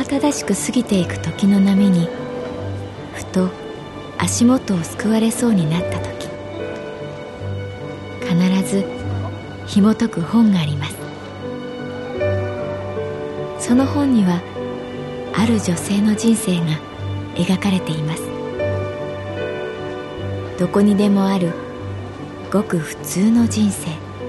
慌ただしく過ぎていく時の波にふと足元をすくわれそうになった時、必ず紐解く本があります。その本にはある女性の人生が描かれています。どこにでもあるごく普通の人生。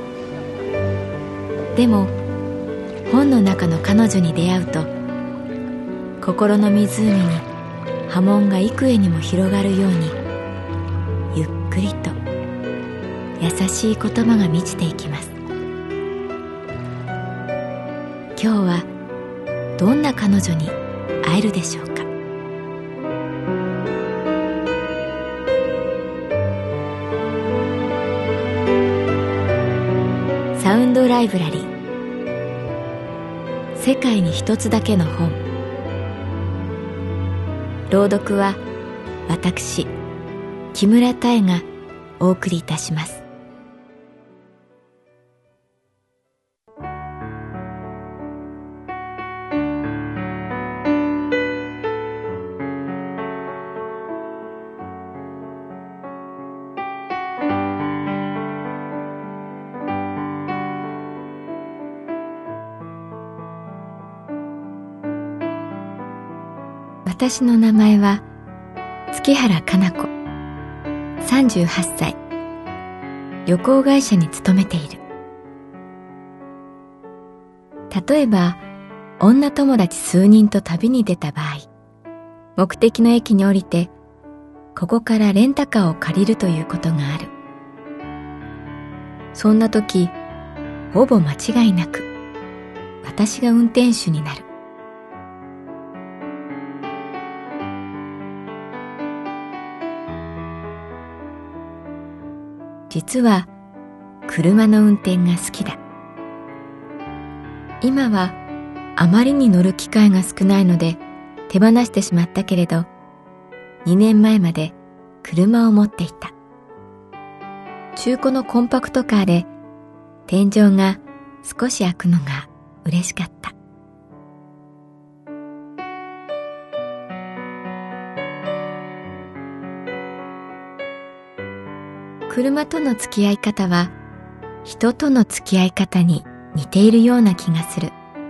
でも本の中の彼女に出会うと、心の湖に波紋が幾重にも広がるように、ゆっくりと優しい言葉が満ちていきます。今日はどんな彼女に会えるでしょうか。サウンドライブラリー、世界に一つだけの本。朗読は私木村多江がお送りいたします。私の名前は月原かな子、38歳、旅行会社に勤めている。例えば女友達数人と旅に出た場合、目的の駅に降りてここからレンタカーを借りるということがある。そんな時、ほぼ間違いなく私が運転手になる。実は車の運転が好きだ。今はあまりに乗る機会が少ないので手放してしまったけれど、2年前まで車を持っていた。中古のコンパクトカーで天井が少し開くのが嬉しかった。車との付き合い方は人との付き合い方に似ているような気がする。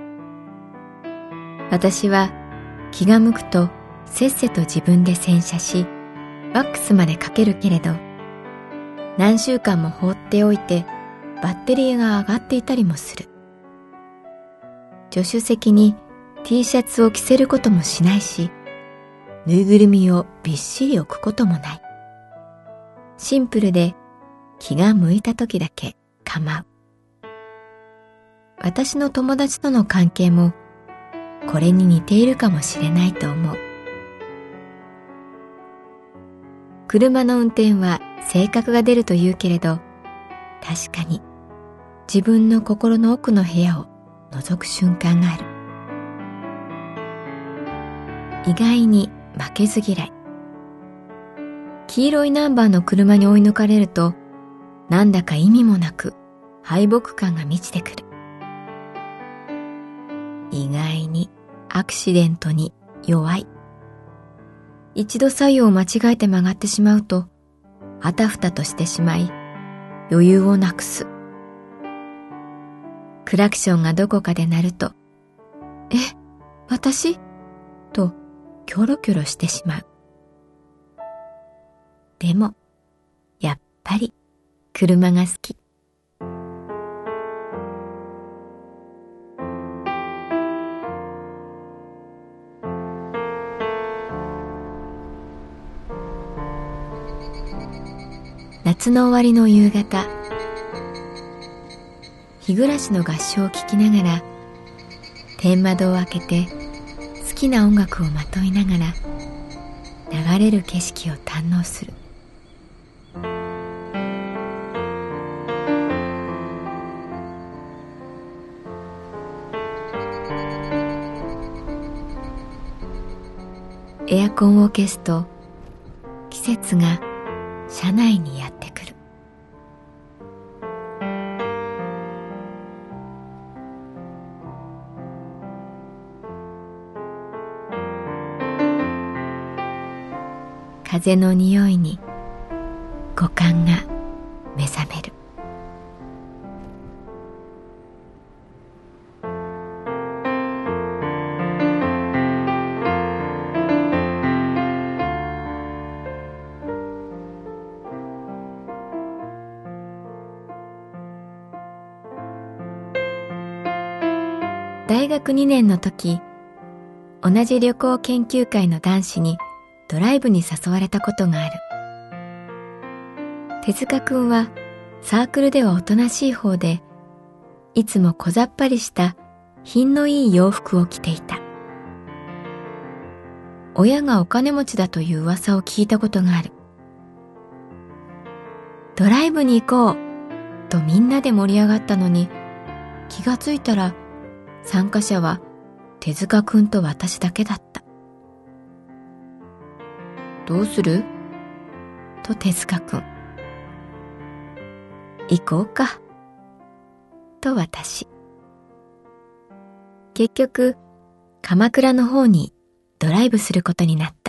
私は気が向くとせっせと自分で洗車し、ワックスまでかけるけれど、何週間も放っておいてバッテリーが上がっていたりもする。助手席に T シャツを着せることもしないし、ぬいぐるみをびっしり置くこともない。シンプルで気が向いた時だけ構う。私の友達との関係もこれに似ているかもしれないと思う。車の運転は性格が出ると言うけれど、確かに自分の心の奥の部屋を覗く瞬間がある。意外に負けず嫌い。黄色いナンバーの車に追い抜かれると、なんだか意味もなく敗北感が満ちてくる。意外にアクシデントに弱い。一度左右を間違えて曲がってしまうと、あたふたとしてしまい、余裕をなくす。クラクションがどこかで鳴ると、え、私？とキョロキョロしてしまう。でも、やっぱり車が好き。夏の終わりの夕方、日暮らしの合唱を聴きながら、天窓を開けて好きな音楽をまといながら、流れる景色を堪能する。エアコンを消すと季節が車内にやってくる。 風の匂いに五感が目覚める。大学2年の時、同じ旅行研究会の男子にドライブに誘われたことがある。手塚くんはサークルではおとなしい方で、いつも小ざっぱりした品のいい洋服を着ていた。親がお金持ちだという噂を聞いたことがある。ドライブに行こうとみんなで盛り上がったのに、気がついたら参加者は手塚くんと私だけだった。どうする？と手塚くん。行こうか。と私。結局、鎌倉の方にドライブすることになった。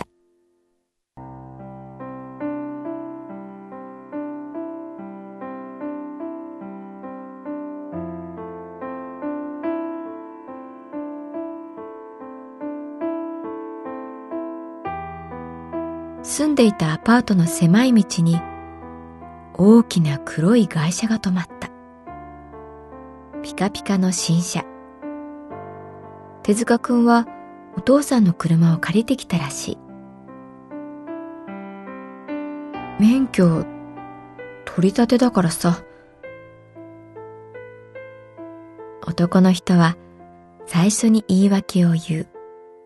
住んでいたアパートの狭い道に大きな黒い外車が止まった。ピカピカの新車。手塚くんはお父さんの車を借りてきたらしい。免許取り立てだからさ。男の人は最初に言い訳を言う。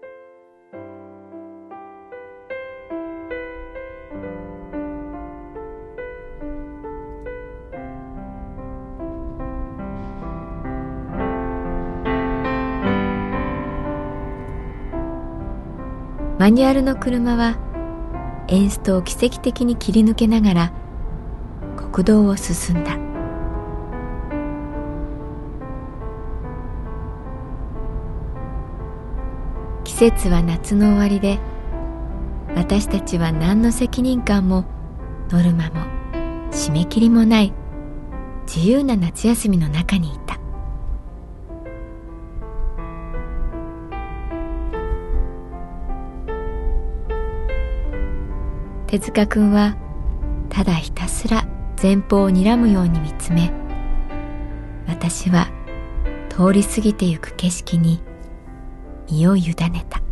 マニュアルの車はエンストを奇跡的に切り抜けながら国道を進んだ。季節は夏の終わりで、私たちは何の責任感もノルマも締め切りもない自由な夏休みの中にいた。手塚くんはただひたすら前方を睨むように見つめ、私は通り過ぎてゆく景色に身を委ねた。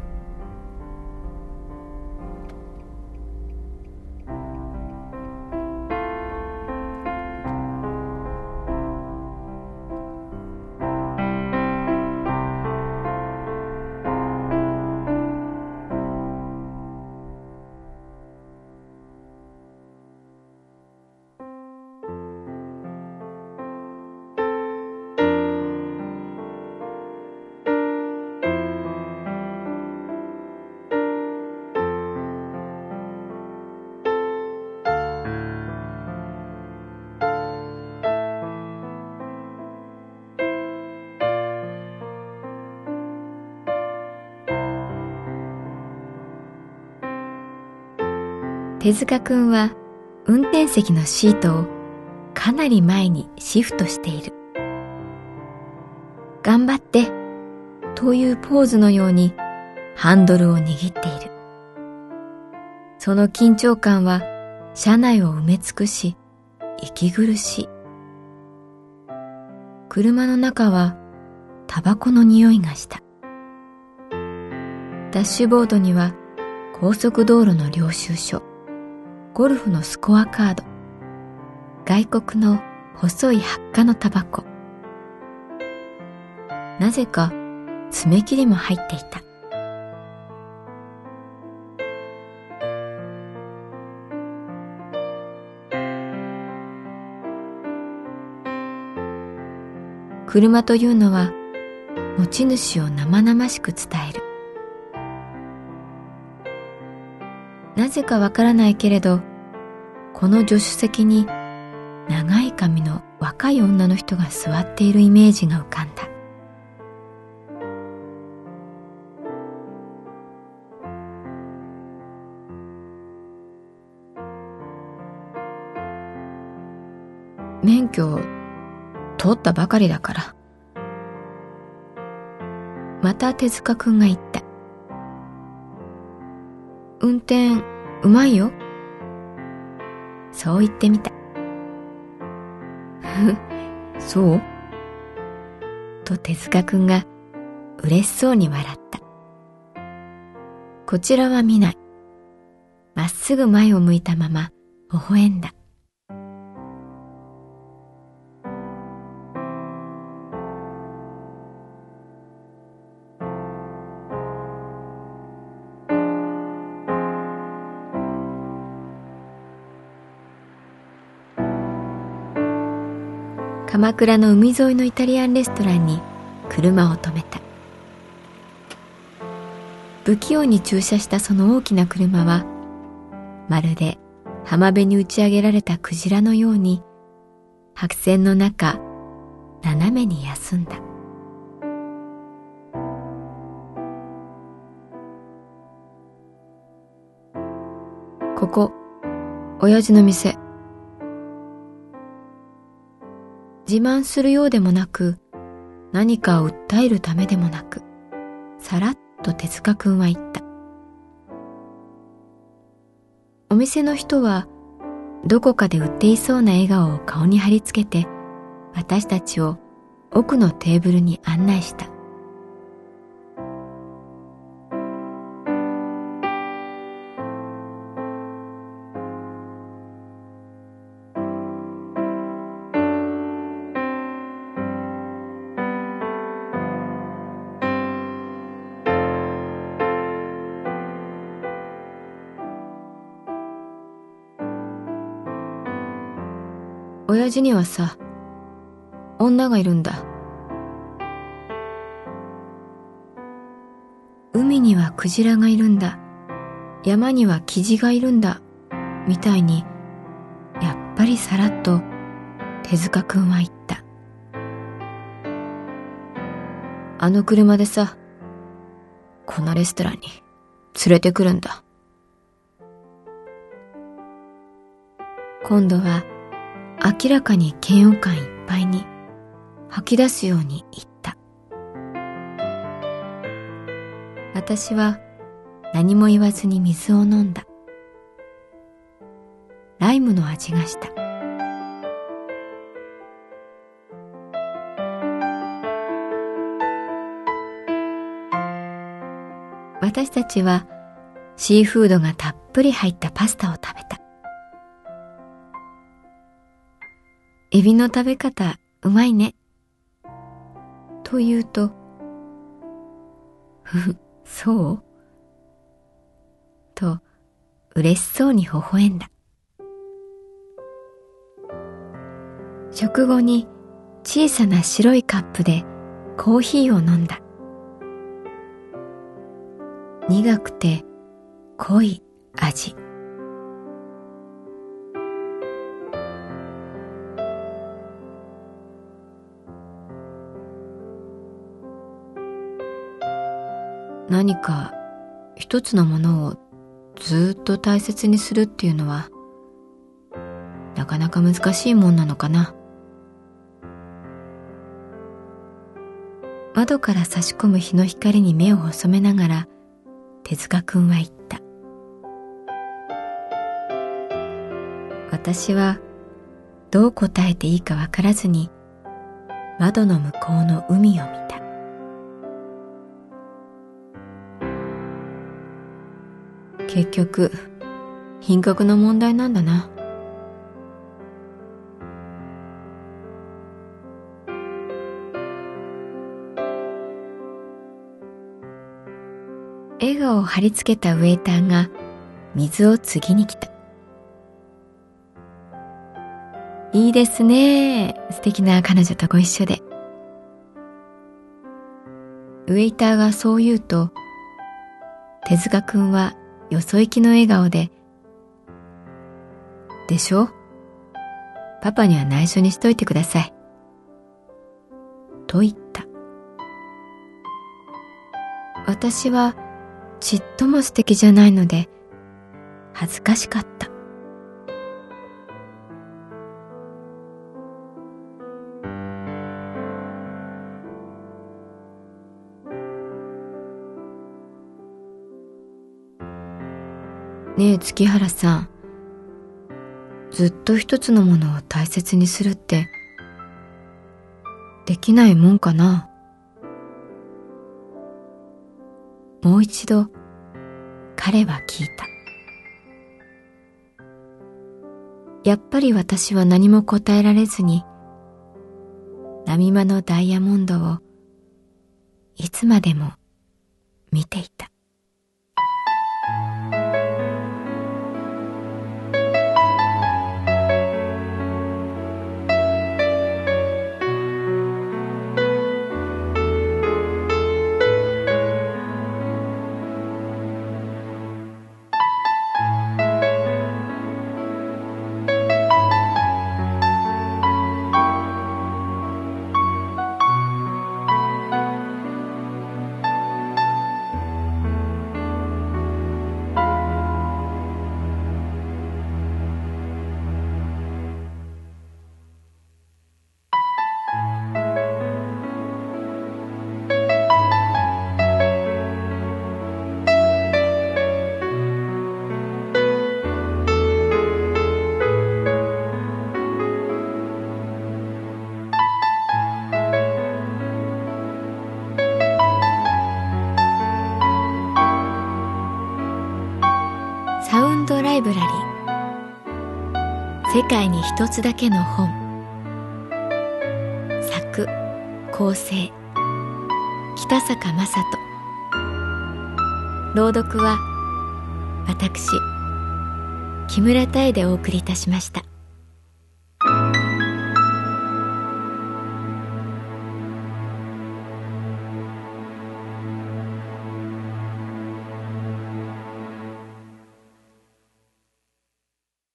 手塚くんは運転席のシートをかなり前にシフトしている。頑張ってというポーズのようにハンドルを握っている。その緊張感は車内を埋め尽くし、息苦しい。車の中はタバコの匂いがした。ダッシュボードには高速道路の領収書、ゴルフのスコアカード、外国の細い発火のタバコ。なぜか爪切りも入っていた。車というのは持ち主を生々しく伝える。なぜかわからないけれど、この助手席に長い髪の若い女の人が座っているイメージが浮かんだ。 免許取ったばかりだから。また手塚くんが言った。運転うまいよ。そう言ってみた。そうと手塚くんが嬉しそうに笑った。こちらは見ない。まっすぐ前を向いたまま微笑んだ。鎌倉の海沿いのイタリアンレストランに車を止めた。不器用に駐車したその大きな車は、まるで浜辺に打ち上げられたクジラのように、白線の中、斜めに休んだ。ここ、親父の店。自慢するようでもなく、何かを訴えるためでもなく、さらっと手塚くんは言った。お店の人は、どこかで売っていそうな笑顔を顔に貼り付けて、私たちを奥のテーブルに案内した。親父にはさ、女がいるんだ。海にはクジラがいるんだ。山にはキジがいるんだ。みたいに、やっぱりさらっと手塚くんは言った。あの車でさ、このレストランに連れてくるんだ。今度は明らかに嫌悪感いっぱいに吐き出すように言った。私は何も言わずに水を飲んだ。ライムの味がした。私たちはシーフードがたっぷり入ったパスタを食べた。エビの食べ方うまいね。と言うと、そうと嬉しそうに微笑んだ。食後に小さな白いカップでコーヒーを飲んだ。苦くて濃い味。何か一つのものをずっと大切にするっていうのはなかなか難しいもんなのかな。窓から差し込む日の光に目を細めながら手塚くんは言った。私はどう答えていいかわからずに窓の向こうの海を見た。結局品格の問題なんだな。笑顔を貼り付けたウェイターが水を継ぎに来た。いいですね。素敵な彼女とご一緒で。ウェイターがそう言うと、手塚くんはよそ行きの笑顔で、でしょ？パパには内緒にしといてください。と言った。私はちっとも素敵じゃないので、恥ずかしかった。 ねえ月原さん、ずっと一つのものを大切にするってできないもんかな。もう一度彼は聞いた。やっぱり私は何も答えられずに、波間のダイヤモンドをいつまでも見ていた。サウンドライブラリー、世界に一つだけの本。作・構成北坂雅人。朗読は私木村多江でお送りいたしました。